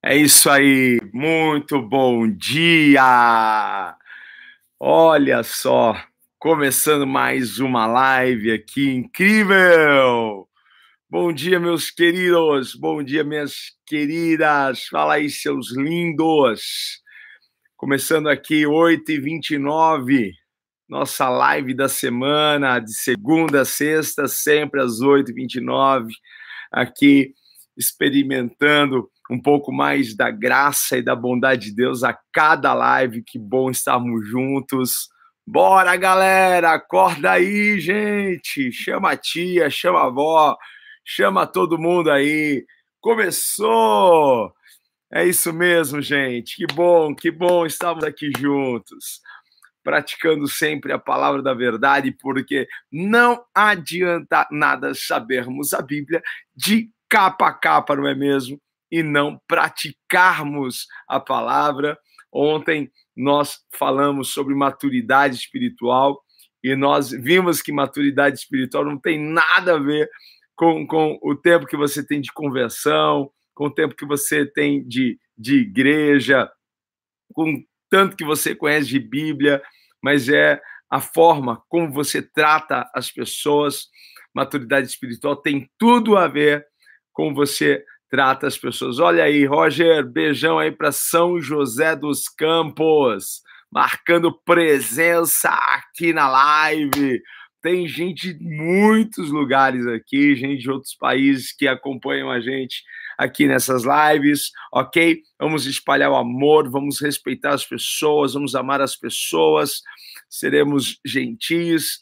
É isso aí, muito bom dia! Olha só, começando mais uma live aqui incrível! Bom dia, meus queridos, bom dia, minhas queridas, fala aí, seus lindos! Começando aqui, 8h29, nossa live da semana, de segunda a sexta, sempre às 8h29, aqui experimentando um pouco mais da graça e da bondade de Deus a cada live. Que bom estarmos juntos. Bora, galera, acorda aí, gente. Chama a tia, chama a avó, chama todo mundo aí. Começou! É isso mesmo, gente. Que bom estarmos aqui juntos, praticando sempre a palavra da verdade, porque não adianta nada sabermos a Bíblia de capa a capa, não é mesmo? E não praticarmos a palavra. Ontem nós falamos sobre maturidade espiritual e nós vimos que maturidade espiritual não tem nada a ver com o tempo que você tem de conversão, com o tempo que você tem de igreja, com tanto que você conhece de Bíblia, mas é a forma como você trata as pessoas. Maturidade espiritual tem tudo a ver com você trata as pessoas. Olha aí, Roger, beijão aí para São José dos Campos, marcando presença aqui na live. Tem gente de muitos lugares aqui, gente de outros países que acompanham a gente aqui nessas lives, ok? Vamos espalhar o amor, vamos respeitar as pessoas, vamos amar as pessoas, seremos gentis,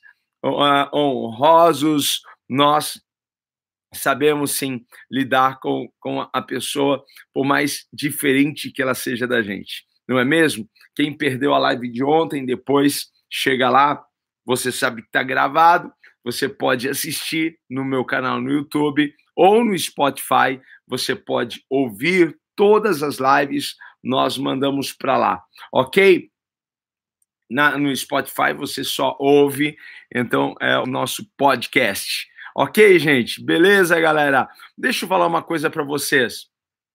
honrosos, nós sabemos, sim, lidar com a pessoa, por mais diferente que ela seja da gente, não é mesmo? Quem perdeu a live de ontem, depois chega lá, você sabe que está gravado, você pode assistir no meu canal no YouTube ou no Spotify, você pode ouvir todas as lives, nós mandamos para lá, ok? No Spotify você só ouve, então é o nosso podcast. Ok, gente? Beleza, galera? Deixa eu falar uma coisa para vocês.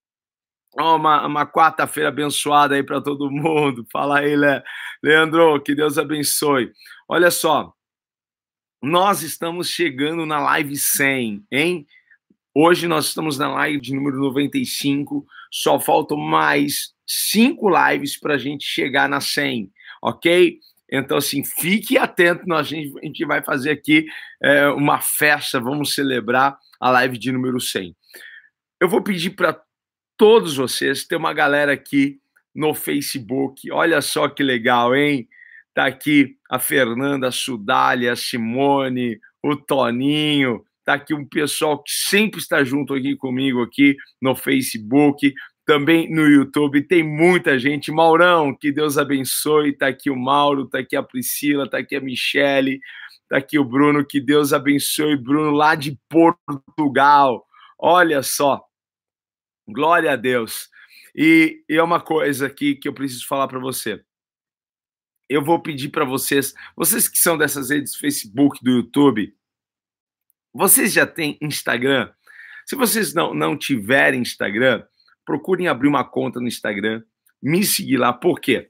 Uma quarta-feira abençoada aí para todo mundo. Fala aí, Leandro, que Deus abençoe. Olha só, nós estamos chegando na live 100, hein? Hoje nós estamos na live de número 95, só faltam mais 5 lives para a gente chegar na 100, ok? Então, assim, fique atento, a gente vai fazer aqui uma festa, vamos celebrar a live de número 100. Eu vou pedir para todos vocês, tem uma galera aqui no Facebook, olha só que legal, hein? Tá aqui a Fernanda, a Sudália, a Simone, o Toninho, tá aqui um pessoal que sempre está junto aqui comigo aqui no Facebook, também no YouTube, tem muita gente. Maurão, que Deus abençoe, tá aqui o Mauro, tá aqui a Priscila, tá aqui a Michele, tá aqui o Bruno, que Deus abençoe, Bruno, lá de Portugal, olha só, glória a Deus. E é uma coisa aqui que eu preciso falar para você. Eu vou pedir para vocês que são dessas redes Facebook, do YouTube, vocês já têm Instagram? Se vocês não tiverem Instagram, procurem abrir uma conta no Instagram, me seguir lá. Por quê?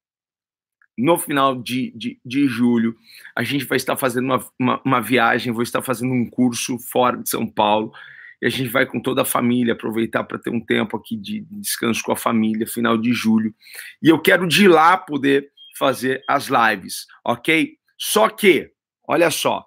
No final de julho, a gente vai estar fazendo uma viagem, vou estar fazendo um curso fora de São Paulo, e a gente vai com toda a família, aproveitar para ter um tempo aqui de descanso com a família, final de julho. E eu quero de lá poder fazer as lives, ok? Só que, olha só,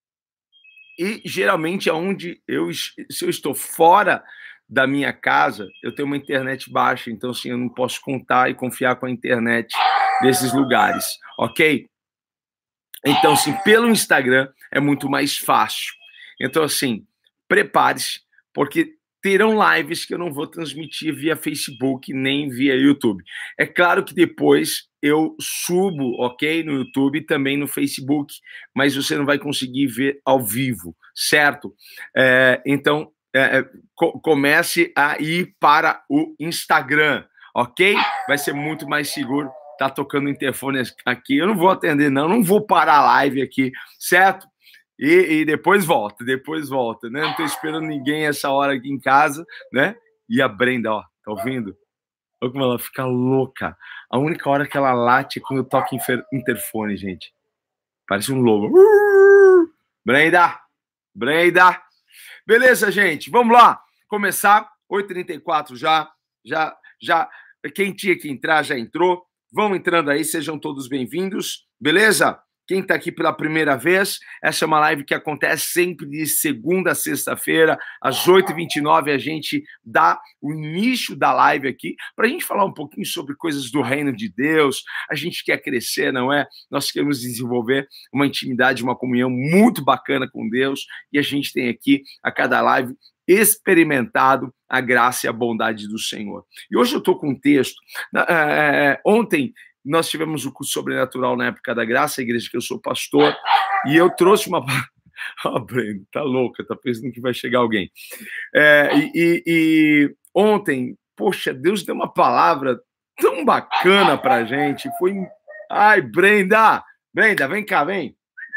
e geralmente se eu estou fora da minha casa, eu tenho uma internet baixa, então assim, eu não posso contar e confiar com a internet desses lugares, ok? Então, assim, pelo Instagram é muito mais fácil. Então, assim, prepare-se, porque terão lives que eu não vou transmitir via Facebook nem via YouTube. É claro que depois eu subo, ok, no YouTube e também no Facebook, mas você não vai conseguir ver ao vivo, certo? Então, comece a ir para o Instagram, ok? Vai ser muito mais seguro. Tá tocando interfone aqui, eu não vou atender não vou parar a live aqui, certo? E depois volta, né? Não tô esperando ninguém essa hora aqui em casa, né? E a Brenda, ó, Tá ouvindo? Olha como ela fica louca. A única hora que ela late é quando toca interfone, gente. Parece um lobo. Brenda! Brenda! Beleza, gente? Vamos lá. Começar. 8h34 já. Quem tinha que entrar já entrou. Vão entrando aí, sejam todos bem-vindos. Beleza? Quem está aqui pela primeira vez, essa é uma live que acontece sempre de segunda a sexta-feira, às 8h29, a gente dá o início da live aqui, para a gente falar um pouquinho sobre coisas do reino de Deus. A gente quer crescer, não é? Nós queremos desenvolver uma intimidade, uma comunhão muito bacana com Deus, e a gente tem aqui, a cada live, experimentado a graça e a bondade do Senhor. E hoje eu estou com um texto. Ontem nós tivemos o curso sobrenatural na época da graça, a igreja que eu sou pastor, e eu trouxe uma... Breno, tá louca, tá pensando que vai chegar alguém. Ontem, poxa, Deus deu uma palavra tão bacana pra gente, foi... Ai, Brenda, vem cá, vem.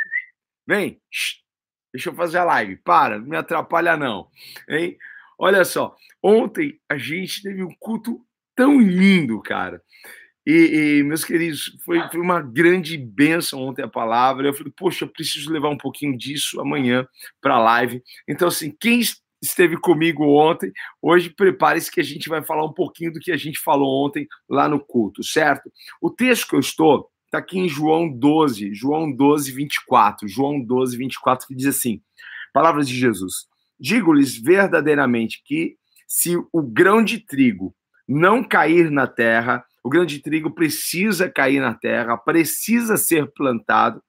Deixa eu fazer a live, não me atrapalha não, hein? Olha só, ontem a gente teve um culto tão lindo, cara. E meus queridos, foi uma grande bênção ontem a palavra. Eu falei, poxa, eu preciso levar um pouquinho disso amanhã para a live. Então, assim, quem esteve comigo ontem, hoje prepare-se que a gente vai falar um pouquinho do que a gente falou ontem lá no culto, certo? O texto que eu estou está aqui em João 12, 24, que diz assim, palavras de Jesus, digo-lhes verdadeiramente que se o grão de trigo não cair na terra, o grão de trigo precisa cair na terra, precisa ser plantado,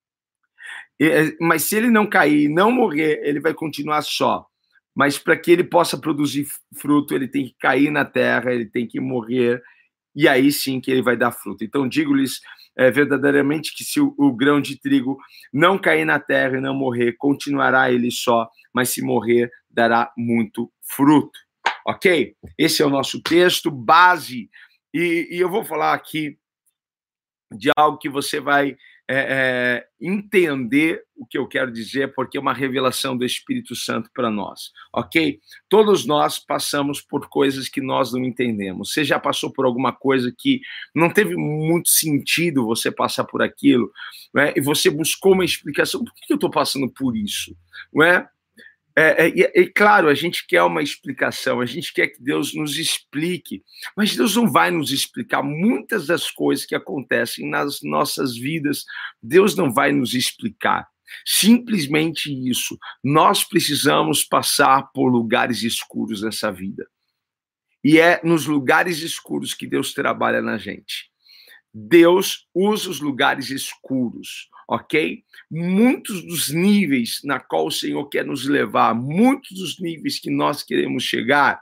mas se ele não cair e não morrer, ele vai continuar só. Mas para que ele possa produzir fruto, ele tem que cair na terra, ele tem que morrer, e aí sim que ele vai dar fruto. Então, digo-lhes verdadeiramente que se o grão de trigo não cair na terra e não morrer, continuará ele só, mas se morrer, dará muito fruto. Ok? Esse é o nosso texto base. E eu vou falar aqui de algo que você vai entender o que eu quero dizer, porque é uma revelação do Espírito Santo para nós, ok? Todos nós passamos por coisas que nós não entendemos. Você já passou por alguma coisa que não teve muito sentido você passar por aquilo, né? E você buscou uma explicação. Por que eu estou passando por isso? Não é? Claro, a gente quer uma explicação, a gente quer que Deus nos explique, mas Deus não vai nos explicar muitas das coisas que acontecem nas nossas vidas. Deus não vai nos explicar. Simplesmente isso. Nós precisamos passar por lugares escuros nessa vida. E é nos lugares escuros que Deus trabalha na gente. Deus usa os lugares escuros, ok? Muitos dos níveis na qual o Senhor quer nos levar, muitos dos níveis que nós queremos chegar,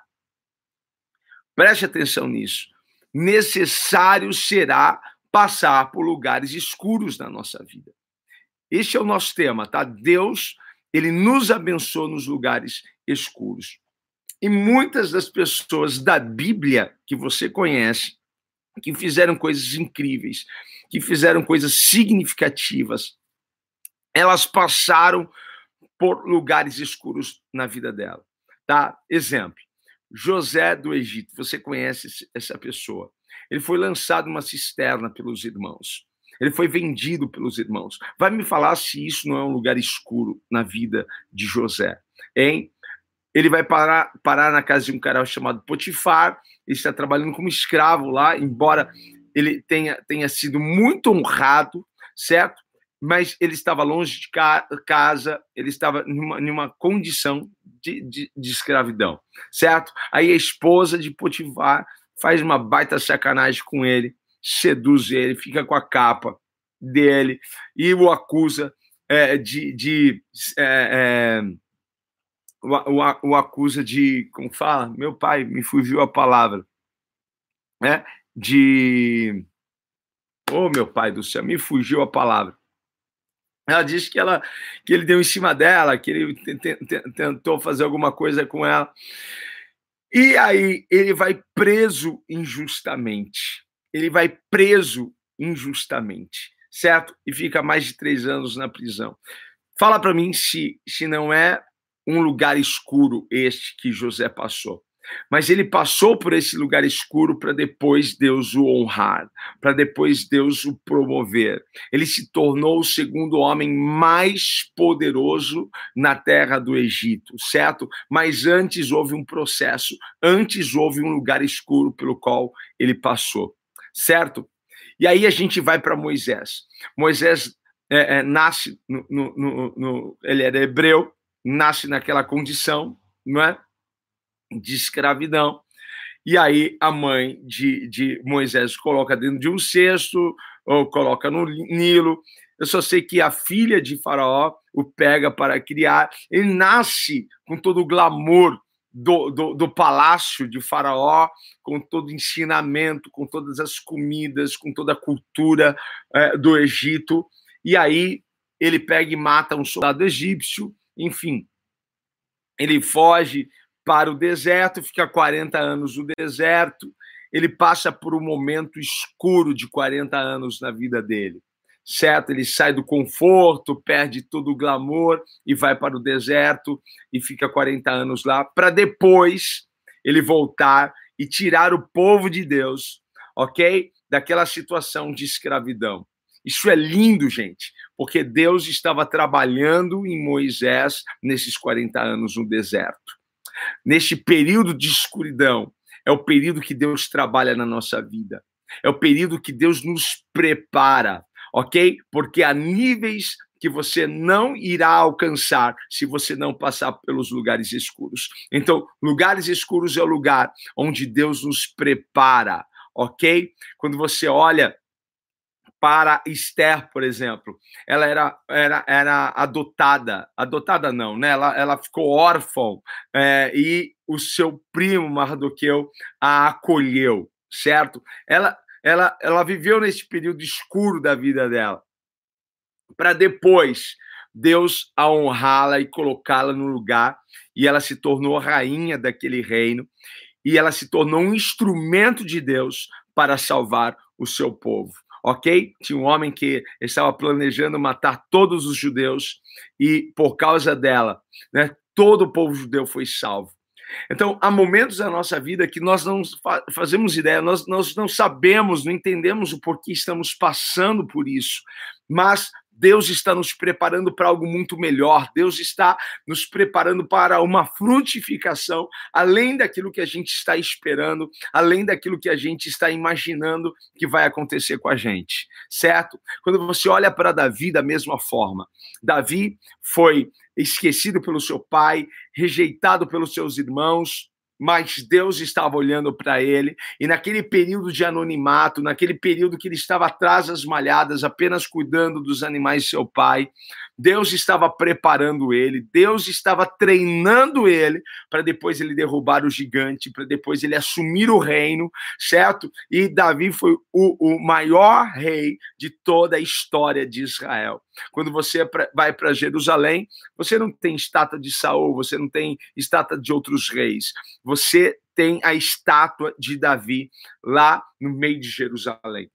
preste atenção nisso, necessário será passar por lugares escuros na nossa vida. Este é o nosso tema, tá? Deus, ele nos abençoa nos lugares escuros. E muitas das pessoas da Bíblia que você conhece, que fizeram coisas incríveis, que fizeram coisas significativas, elas passaram por lugares escuros na vida dela, tá? Exemplo, José do Egito, você conhece essa pessoa. Ele foi lançado numa cisterna pelos irmãos. Ele foi vendido pelos irmãos. Vai me falar se isso não é um lugar escuro na vida de José, hein? Ele vai parar na casa de um cara chamado Potifar, ele está trabalhando como escravo lá, embora ele tenha sido muito honrado, certo? Mas ele estava longe de casa, ele estava numa condição de escravidão, certo? Aí a esposa de Potifar faz uma baita sacanagem com ele, seduz ele, fica com a capa dele e o acusa o acusa de, como fala? Meu pai, me fugiu a palavra, né? Meu pai do céu, me fugiu a palavra. Ela disse que ele deu em cima dela, que ele tentou fazer alguma coisa com ela. E aí ele vai preso injustamente. Certo? E fica mais de 3 anos na prisão. Fala para mim se não é um lugar escuro este que José passou. Mas ele passou por esse lugar escuro para depois Deus o honrar, para depois Deus o promover. Ele se tornou o segundo homem mais poderoso na terra do Egito, certo? Mas antes houve um processo, antes houve um lugar escuro pelo qual ele passou, certo? E aí a gente vai para Moisés. Moisés nasce, ele era hebreu, nasce naquela condição, não é? De escravidão. E aí a mãe de Moisés coloca dentro de um cesto, ou coloca no Nilo. Eu só sei que a filha de Faraó o pega para criar. Ele nasce com todo o glamour do palácio de Faraó, com todo o ensinamento, com todas as comidas, com toda a cultura do Egito. E aí ele pega e mata um soldado egípcio. Enfim, ele foge para o deserto, fica 40 anos no deserto, ele passa por um momento escuro de 40 anos na vida dele, certo? Ele sai do conforto, perde todo o glamour e vai para o deserto e fica 40 anos lá, para depois ele voltar e tirar o povo de Deus, ok? Daquela situação de escravidão. Isso é lindo, gente, porque Deus estava trabalhando em Moisés nesses 40 anos no deserto. Neste período de escuridão, é o período que Deus trabalha na nossa vida. É o período que Deus nos prepara, ok? Porque há níveis que você não irá alcançar se você não passar pelos lugares escuros. Então, lugares escuros é o lugar onde Deus nos prepara, ok? Quando você olha para Esther, por exemplo, ela era adotada não, né? Ela ficou órfã e o seu primo Mardoqueu a acolheu, certo? Ela viveu nesse período escuro da vida dela, para depois Deus a honrá-la e colocá-la no lugar, e ela se tornou rainha daquele reino, e ela se tornou um instrumento de Deus para salvar o seu povo. Ok? Tinha um homem que estava planejando matar todos os judeus e, por causa dela, né, todo o povo judeu foi salvo. Então, há momentos da nossa vida que nós não fazemos ideia, nós não sabemos, não entendemos o porquê estamos passando por isso, mas Deus está nos preparando para algo muito melhor. Deus está nos preparando para uma frutificação, além daquilo que a gente está esperando, além daquilo que a gente está imaginando que vai acontecer com a gente, certo? Quando você olha para Davi da mesma forma, Davi foi esquecido pelo seu pai, rejeitado pelos seus irmãos, mas Deus estava olhando para ele, e naquele período de anonimato, naquele período que ele estava atrás das malhadas, apenas cuidando dos animais de seu pai, Deus estava preparando ele, Deus estava treinando ele para depois ele derrubar o gigante, para depois ele assumir o reino, certo? E Davi foi o maior rei de toda a história de Israel. Quando você vai para Jerusalém, você não tem estátua de Saul, você não tem estátua de outros reis. Você tem a estátua de Davi lá no meio de Jerusalém.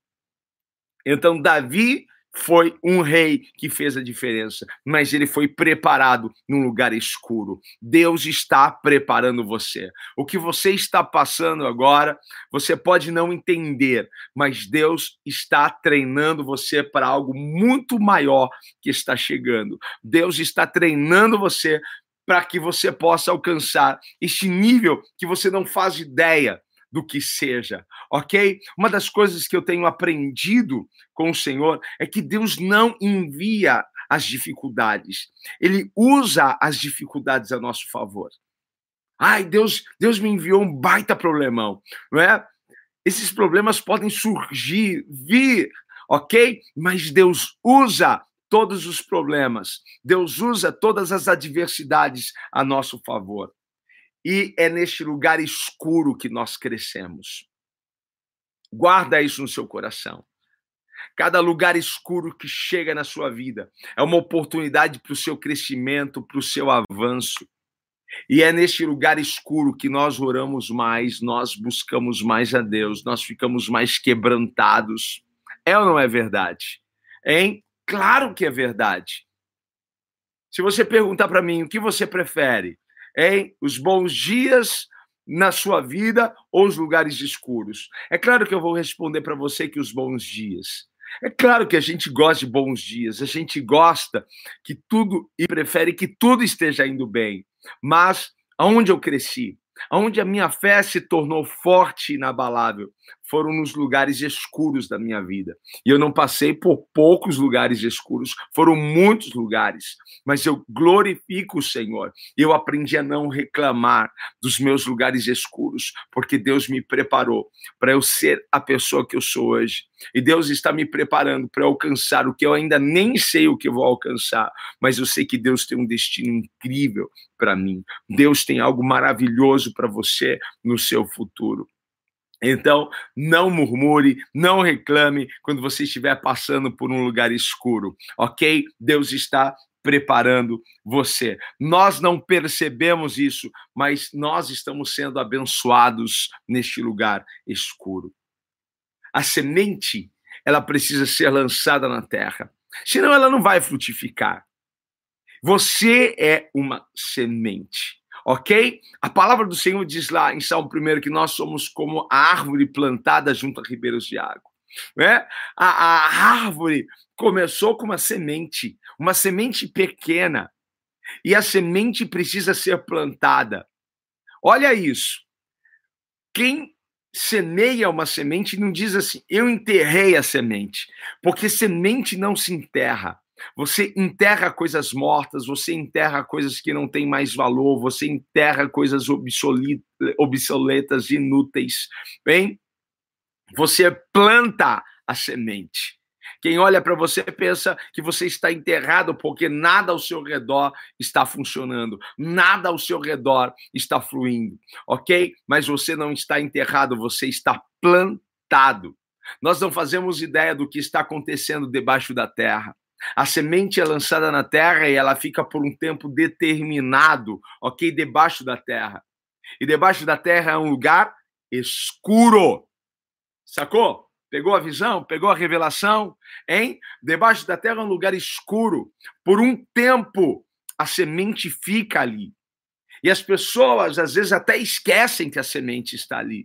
Então, Davi foi um rei que fez a diferença, mas ele foi preparado num lugar escuro. Deus está preparando você. O que você está passando agora, você pode não entender, mas Deus está treinando você para algo muito maior que está chegando. Deus está treinando você para que você possa alcançar esse nível que você não faz ideia do que seja, ok? Uma das coisas que eu tenho aprendido com o Senhor é que Deus não envia as dificuldades, Ele usa as dificuldades a nosso favor. Ai, Deus me enviou um baita problemão, não é? Esses problemas podem surgir, vir, ok? Mas Deus usa todos os problemas, Deus usa todas as adversidades a nosso favor. E é neste lugar escuro que nós crescemos. Guarda isso no seu coração. Cada lugar escuro que chega na sua vida é uma oportunidade para o seu crescimento, para o seu avanço. E é neste lugar escuro que nós oramos mais, nós buscamos mais a Deus, nós ficamos mais quebrantados. É ou não é verdade? Hein? Claro que é verdade. Se você perguntar para mim o que você prefere, hein? Os bons dias na sua vida ou os lugares escuros? É claro que eu vou responder para você que os bons dias. É claro que a gente gosta de bons dias, a gente gosta que tudo e prefere que tudo esteja indo bem. Mas aonde eu cresci, aonde a minha fé se tornou forte e inabalável, foram nos lugares escuros da minha vida. E eu não passei por poucos lugares escuros, foram muitos lugares, mas eu glorifico o Senhor. Eu aprendi a não reclamar dos meus lugares escuros, porque Deus me preparou para eu ser a pessoa que eu sou hoje. E Deus está me preparando para alcançar o que eu ainda nem sei o que eu vou alcançar, mas eu sei que Deus tem um destino incrível para mim. Deus tem algo maravilhoso para você no seu futuro. Então, não murmure, não reclame quando você estiver passando por um lugar escuro, ok? Deus está preparando você. Nós não percebemos isso, mas nós estamos sendo abençoados neste lugar escuro. A semente, ela precisa ser lançada na terra, senão ela não vai frutificar. Você é uma semente, ok? A palavra do Senhor diz lá em Salmo 1 que nós somos como a árvore plantada junto a ribeiros de água. Né? A árvore começou com uma semente pequena, e a semente precisa ser plantada. Olha isso. Quem semeia uma semente não diz assim, eu enterrei a semente, porque semente não se enterra. Você enterra coisas mortas, você enterra coisas que não têm mais valor, você enterra coisas obsoletas, inúteis. Bem, você planta a semente. Quem olha para você pensa que você está enterrado porque nada ao seu redor está funcionando, nada ao seu redor está fluindo, ok? Mas você não está enterrado, você está plantado. Nós não fazemos ideia do que está acontecendo debaixo da terra. A semente é lançada na terra e ela fica por um tempo determinado, ok? Debaixo da terra. E debaixo da terra é um lugar escuro. Sacou? Pegou a visão? Pegou a revelação? Hein? Debaixo da terra é um lugar escuro. Por um tempo, a semente fica ali. E as pessoas, às vezes, até esquecem que a semente está ali.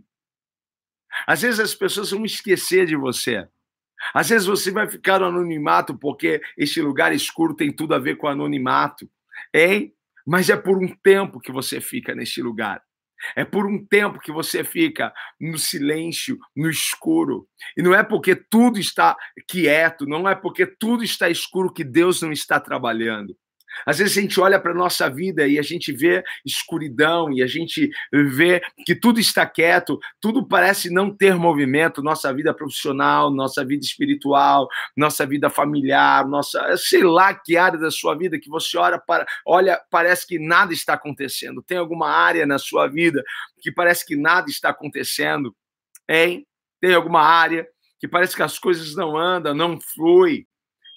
Às vezes, as pessoas vão esquecer de você. Às vezes, você vai ficar no anonimato, porque este lugar escuro tem tudo a ver com anonimato. Hein? Mas é por um tempo que você fica neste lugar. É por um tempo que você fica no silêncio, no escuro. E não é porque tudo está quieto, não é porque tudo está escuro que Deus não está trabalhando. Às vezes a gente olha para a nossa vida e a gente vê escuridão, e a gente vê que tudo está quieto, tudo parece não ter movimento, nossa vida profissional, nossa vida espiritual, nossa vida familiar, nossa, sei lá que área da sua vida que você olha, parece que nada está acontecendo. Tem alguma área na sua vida que parece que nada está acontecendo, hein? Tem alguma área que parece que as coisas não andam, não fluem,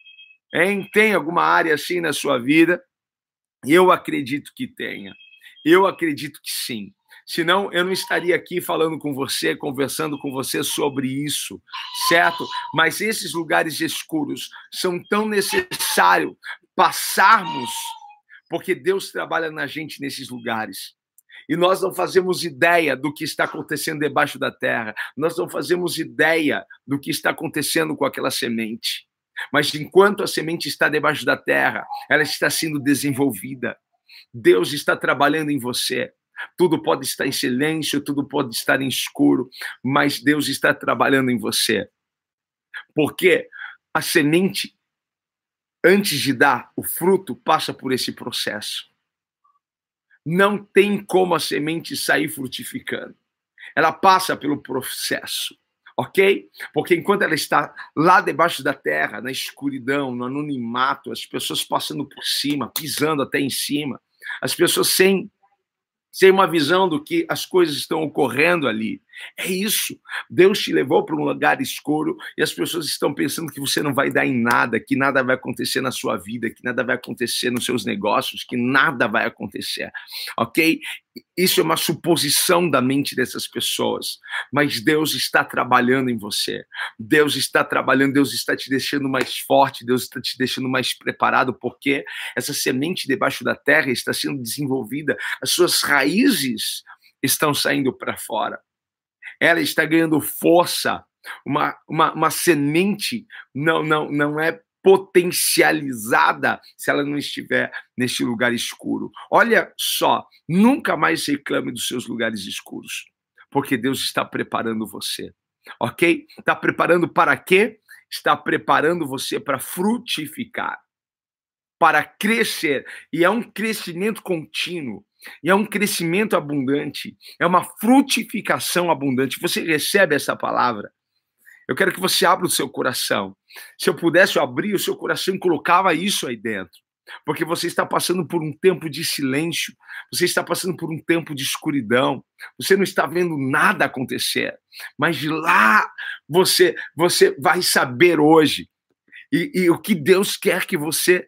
hein? Tem alguma área assim na sua vida? Eu acredito que tenha. Eu acredito que sim. Senão, eu não estaria aqui falando com você, conversando com você sobre isso, certo? Mas esses lugares escuros são tão necessários passarmos, porque Deus trabalha na gente nesses lugares. E nós não fazemos ideia do que está acontecendo debaixo da terra. Nós não fazemos ideia do que está acontecendo com aquela semente. Mas enquanto a semente está debaixo da terra, ela está sendo desenvolvida. Deus está trabalhando em você. Tudo pode estar em silêncio, tudo pode estar em escuro, mas Deus está trabalhando em você. Porque a semente, antes de dar o fruto, passa por esse processo. Não tem como a semente sair frutificando. Ela passa pelo processo. Ok? Porque enquanto ela está lá debaixo da terra, na escuridão, no anonimato, as pessoas passando por cima, pisando até em cima, as pessoas sem uma visão do que as coisas estão ocorrendo ali. É isso. Deus te levou para um lugar escuro e as pessoas estão pensando que você não vai dar em nada, que nada vai acontecer na sua vida, que nada vai acontecer nos seus negócios, que nada vai acontecer, ok? Isso é uma suposição da mente dessas pessoas, mas Deus está trabalhando em você. Deus está trabalhando, Deus está te deixando mais forte, Deus está te deixando mais preparado, porque essa semente debaixo da terra está sendo desenvolvida, as suas raízes estão saindo para fora. Ela está ganhando força. Uma semente não é potencializada se ela não estiver neste lugar escuro. Olha só, nunca mais reclame dos seus lugares escuros, porque Deus está preparando você, ok? Está preparando para quê? Está preparando você para frutificar, para crescer, e é um crescimento contínuo, e é um crescimento abundante, é uma frutificação abundante. Você recebe essa palavra? Eu quero que você abra o seu coração. Se eu pudesse abrir o seu coração e colocava isso aí dentro, porque você está passando por um tempo de silêncio, você está passando por um tempo de escuridão, você não está vendo nada acontecer, mas de lá você vai saber hoje, e o que Deus quer que você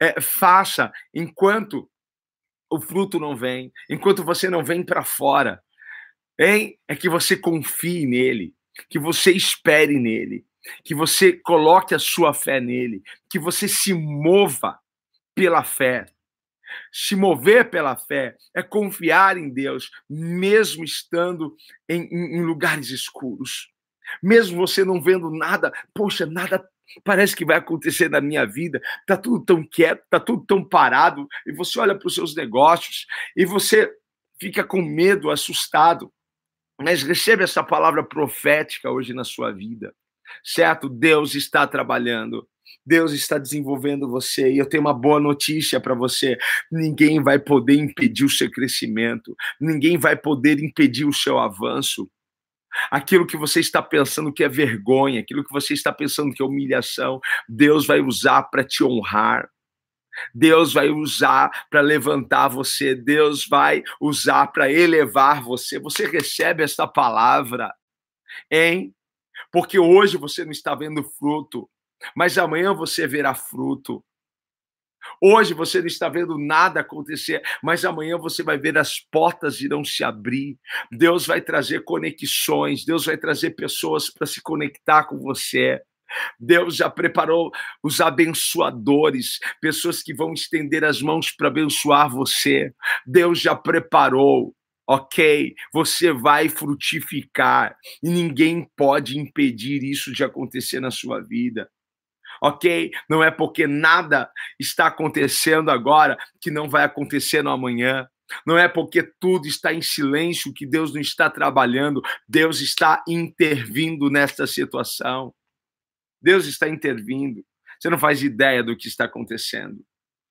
faça enquanto o fruto não vem, enquanto você não vem para fora, hein? É que você confie nele, que você espere nele, que você coloque a sua fé nele, que você se mova pela fé. Se mover pela fé é confiar em Deus, mesmo estando em lugares escuros. Mesmo você não vendo nada, poxa, nada parece que vai acontecer na minha vida, tá tudo tão quieto, tá tudo tão parado, e você olha para os seus negócios e você fica com medo, assustado. Mas recebe essa palavra profética hoje na sua vida, certo? Deus está trabalhando, Deus está desenvolvendo você, e eu tenho uma boa notícia para você: ninguém vai poder impedir o seu crescimento, ninguém vai poder impedir o seu avanço. Aquilo que você está pensando que é vergonha, aquilo que você está pensando que é humilhação, Deus vai usar para te honrar. Deus vai usar para levantar você, Deus vai usar para elevar você. Você recebe essa palavra, hein? Porque hoje você não está vendo fruto, mas amanhã você verá fruto. Hoje você não está vendo nada acontecer, mas amanhã você vai ver as portas irão se abrir. Deus vai trazer conexões, Deus vai trazer pessoas para se conectar com você. Deus já preparou os abençoadores, pessoas que vão estender as mãos para abençoar você. Deus já preparou, ok? Você vai frutificar e ninguém pode impedir isso de acontecer na sua vida. Ok? Não é porque nada está acontecendo agora que não vai acontecer no amanhã. Não é porque tudo está em silêncio que Deus não está trabalhando. Deus está intervindo nesta situação. Deus está intervindo. Você não faz ideia do que está acontecendo.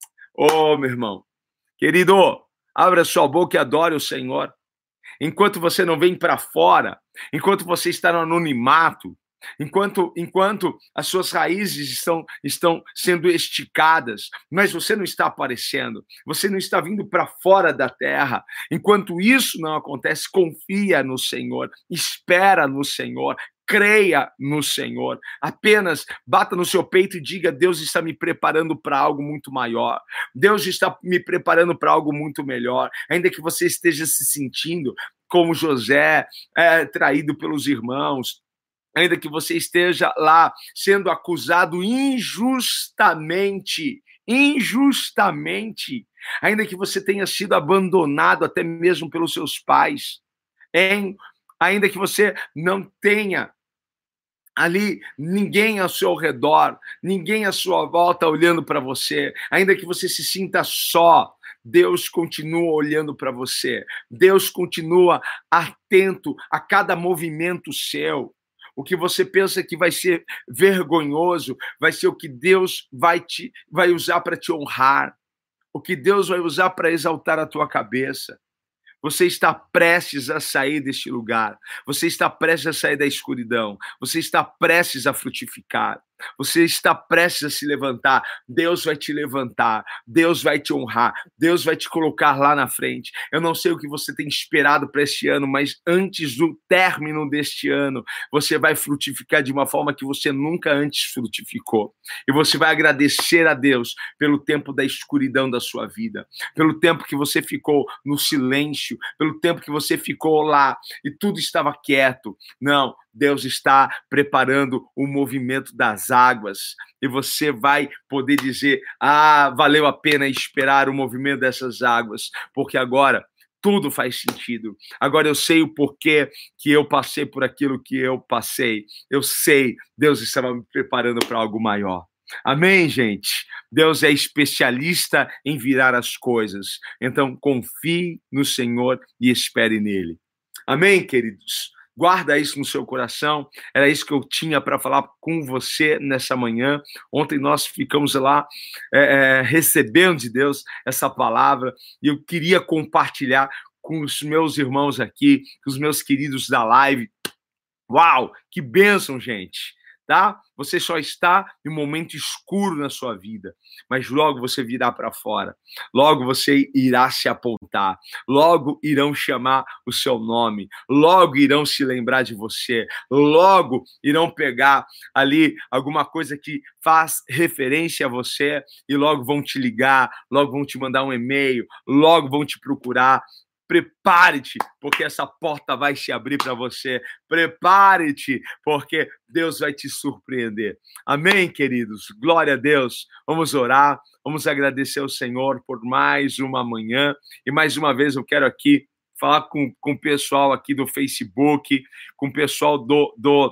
Ô, meu irmão, querido, abra sua boca e adore o Senhor. Enquanto você não vem para fora, enquanto você está no anonimato, enquanto as suas raízes estão sendo esticadas, mas você não está aparecendo, você não está vindo para fora da terra. Enquanto isso não acontece, confia no Senhor, espera no Senhor, creia no Senhor. Apenas bata no seu peito e diga: Deus está me preparando para algo muito maior. Deus está me preparando para algo muito melhor. Ainda que você esteja se sentindo como José, traído pelos irmãos, ainda que você esteja lá sendo acusado injustamente, ainda que você tenha sido abandonado até mesmo pelos seus pais, ainda que você não tenha ali ninguém ao seu redor, ninguém à sua volta olhando para você, ainda que você se sinta só, Deus continua olhando para você, Deus continua atento a cada movimento seu. O que você pensa que vai ser vergonhoso vai ser o que Deus vai usar para te honrar, o que Deus vai usar para exaltar a tua cabeça. Você está prestes a sair deste lugar. Você está prestes a sair da escuridão. Você está prestes a frutificar. Você está prestes a se levantar. Deus vai te levantar. Deus vai te honrar. Deus vai te colocar lá na frente. Eu não sei o que você tem esperado para este ano, mas antes do término deste ano, você vai frutificar de uma forma que você nunca antes frutificou. E você vai agradecer a Deus pelo tempo da escuridão da sua vida, pelo tempo que você ficou no silêncio, pelo tempo que você ficou lá e tudo estava quieto. Não, Deus está preparando o movimento das águas e você vai poder dizer: valeu a pena esperar o movimento dessas águas, porque agora tudo faz sentido. Agora eu sei o porquê que eu passei por aquilo que eu passei. Eu sei, Deus estava me preparando para algo maior. Amém, gente? Deus é especialista em virar as coisas. Então, confie no Senhor e espere nele. Amém, queridos? Guarda isso no seu coração. Era isso que eu tinha para falar com você nessa manhã. Ontem nós ficamos lá recebendo de Deus essa palavra e eu queria compartilhar com os meus irmãos aqui, com os meus queridos da live. Uau, que bênção, gente! Tá? Você só está em um momento escuro na sua vida, mas logo você virá para fora, logo você irá se apontar, logo irão chamar o seu nome, logo irão se lembrar de você, logo irão pegar ali alguma coisa que faz referência a você e logo vão te ligar, logo vão te mandar um e-mail, logo vão te procurar. Prepare-te, porque essa porta vai se abrir para você. Prepare-te, porque Deus vai te surpreender. Amém, queridos? Glória a Deus. Vamos orar, vamos agradecer ao Senhor por mais uma manhã. E mais uma vez eu quero aqui falar com o pessoal aqui do Facebook, com o pessoal do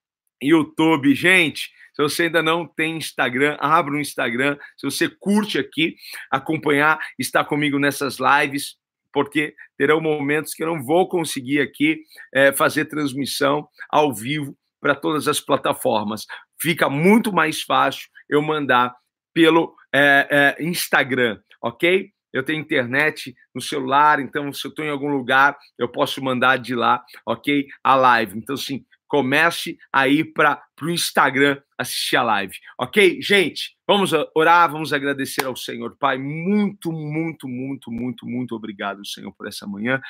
YouTube. Gente, se você ainda não tem Instagram, abra um Instagram. Se você curte aqui, acompanhar, estar comigo nessas lives, porque terão momentos que eu não vou conseguir aqui fazer transmissão ao vivo para todas as plataformas. Fica muito mais fácil eu mandar pelo Instagram, ok? Eu tenho internet no celular, então se eu estou em algum lugar, eu posso mandar de lá, ok? A live. Então, sim, comece a ir para o Instagram assistir a live, ok? Gente, vamos orar, vamos agradecer ao Senhor. Pai, muito, muito, muito, muito, muito obrigado, Senhor, por essa manhã.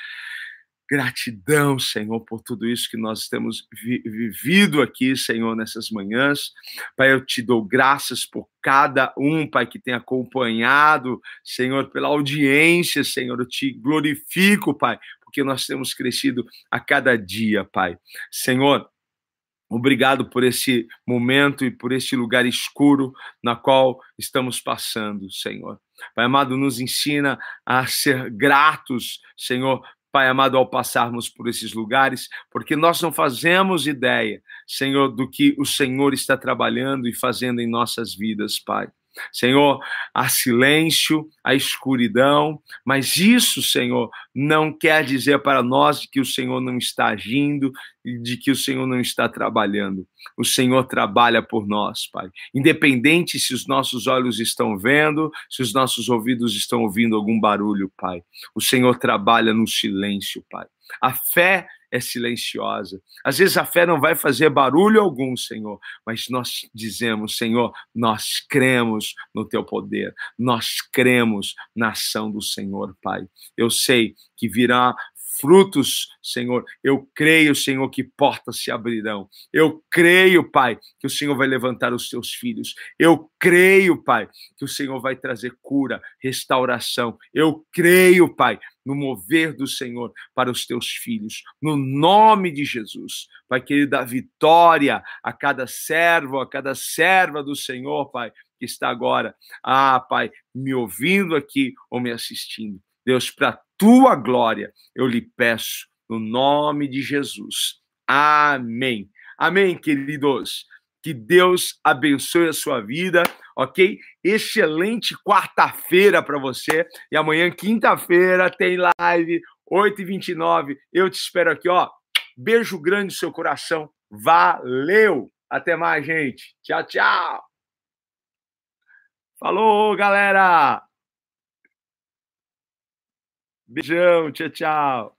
Gratidão, Senhor, por tudo isso que nós temos vivido aqui, Senhor, nessas manhãs. Pai, eu te dou graças por cada um, Pai, que tem acompanhado, Senhor, pela audiência, Senhor. Eu te glorifico, Pai, porque nós temos crescido a cada dia, Pai. Senhor, obrigado por esse momento e por esse lugar escuro na qual estamos passando, Senhor. Pai amado, nos ensina a ser gratos, Senhor, Pai amado, ao passarmos por esses lugares, porque nós não fazemos ideia, Senhor, do que o Senhor está trabalhando e fazendo em nossas vidas, Pai. Senhor, há silêncio, há escuridão, mas isso, Senhor, não quer dizer para nós que o Senhor não está agindo e de que o Senhor não está trabalhando. O Senhor trabalha por nós, Pai. Independente se os nossos olhos estão vendo, se os nossos ouvidos estão ouvindo algum barulho, Pai. O Senhor trabalha no silêncio, Pai. A fé é silenciosa. Às vezes a fé não vai fazer barulho algum, Senhor, mas nós dizemos, Senhor, nós cremos no teu poder, nós cremos na ação do Senhor, Pai. Eu sei que virá frutos, Senhor. Eu creio, Senhor, que portas se abrirão. Eu creio, Pai, que o Senhor vai levantar os teus filhos. Eu creio, Pai, que o Senhor vai trazer cura, restauração. Eu creio, Pai, no mover do Senhor para os teus filhos. No nome de Jesus. Pai querido, dá vitória a cada servo, a cada serva do Senhor, Pai, que está agora, Pai, me ouvindo aqui ou me assistindo. Deus, para tua glória, eu lhe peço, no nome de Jesus. Amém. Amém, queridos. Que Deus abençoe a sua vida, ok? Excelente quarta-feira para você. E amanhã, quinta-feira, tem live, 8h29. Eu te espero aqui, ó. Beijo grande no seu coração. Valeu! Até mais, gente. Tchau, tchau. Falou, galera! Beijão, tchau, tchau.